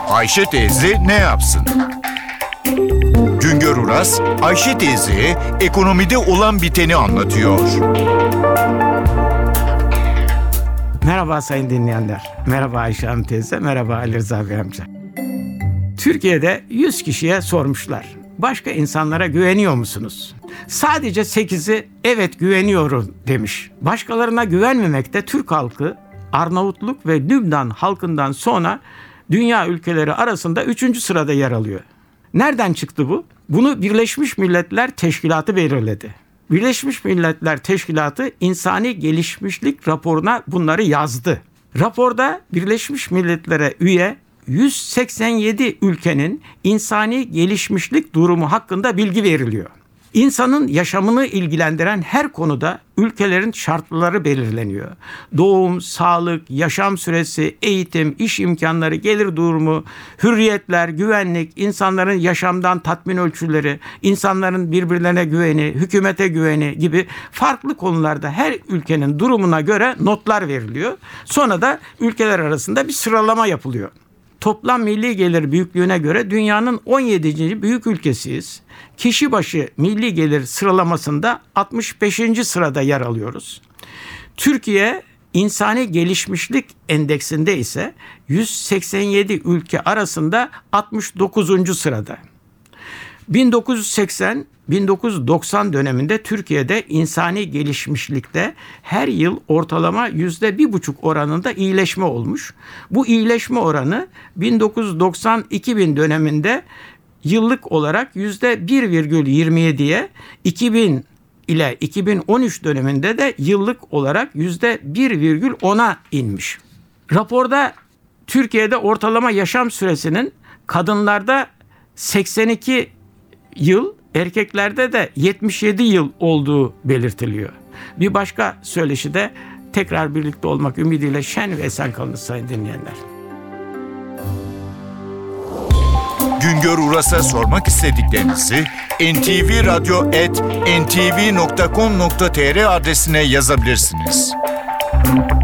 Ayşe teyze ne yapsın? Güngör Uras, Ayşe teyzeye ekonomide olan biteni anlatıyor. Merhaba sayın dinleyenler. Merhaba Ayşe Hanım teyze, merhaba Ali Rıza Bey amca. Türkiye'de 100 kişiye sormuşlar. Başka insanlara güveniyor musunuz? Sadece 8'i evet güveniyorum demiş. Başkalarına güvenmemekte Türk halkı Arnavutluk ve Lübnan halkından sonra dünya ülkeleri arasında 3. sırada yer alıyor. Nereden çıktı bu? Bunu Birleşmiş Milletler Teşkilatı belirledi. Birleşmiş Milletler Teşkilatı İnsani Gelişmişlik raporuna bunları yazdı. Raporda Birleşmiş Milletler'e üye 187 ülkenin insani gelişmişlik durumu hakkında bilgi veriliyor. İnsanın yaşamını ilgilendiren her konuda ülkelerin şartları belirleniyor. Doğum, sağlık, yaşam süresi, eğitim, iş imkanları, gelir durumu, hürriyetler, güvenlik, insanların yaşamdan tatmin ölçüleri, insanların birbirlerine güveni, hükümete güveni gibi farklı konularda her ülkenin durumuna göre notlar veriliyor. Sonra da ülkeler arasında bir sıralama yapılıyor. Toplam milli gelir büyüklüğüne göre dünyanın 17. büyük ülkesiyiz. Kişi başı milli gelir sıralamasında 65. sırada yer alıyoruz. Türkiye insani gelişmişlik endeksinde ise 187 ülke arasında 69. sırada. 1980-1990 döneminde Türkiye'de insani gelişmişlikte her yıl ortalama %1,5 oranında iyileşme olmuş. Bu iyileşme oranı 1990-2000 döneminde yıllık olarak %1,27'ye, 2000 ile 2013 döneminde de yıllık olarak %1,10'a inmiş. Raporda Türkiye'de ortalama yaşam süresinin kadınlarda 82 yıl, erkeklerde de 77 yıl olduğu belirtiliyor. Bir başka söyleşi de tekrar birlikte olmak ümidiyle şen ve esen kalınız sayın dinleyenler. Güngör Uras'a sormak istediklerinizi ntvradyo@ntv.com.tr adresine yazabilirsiniz.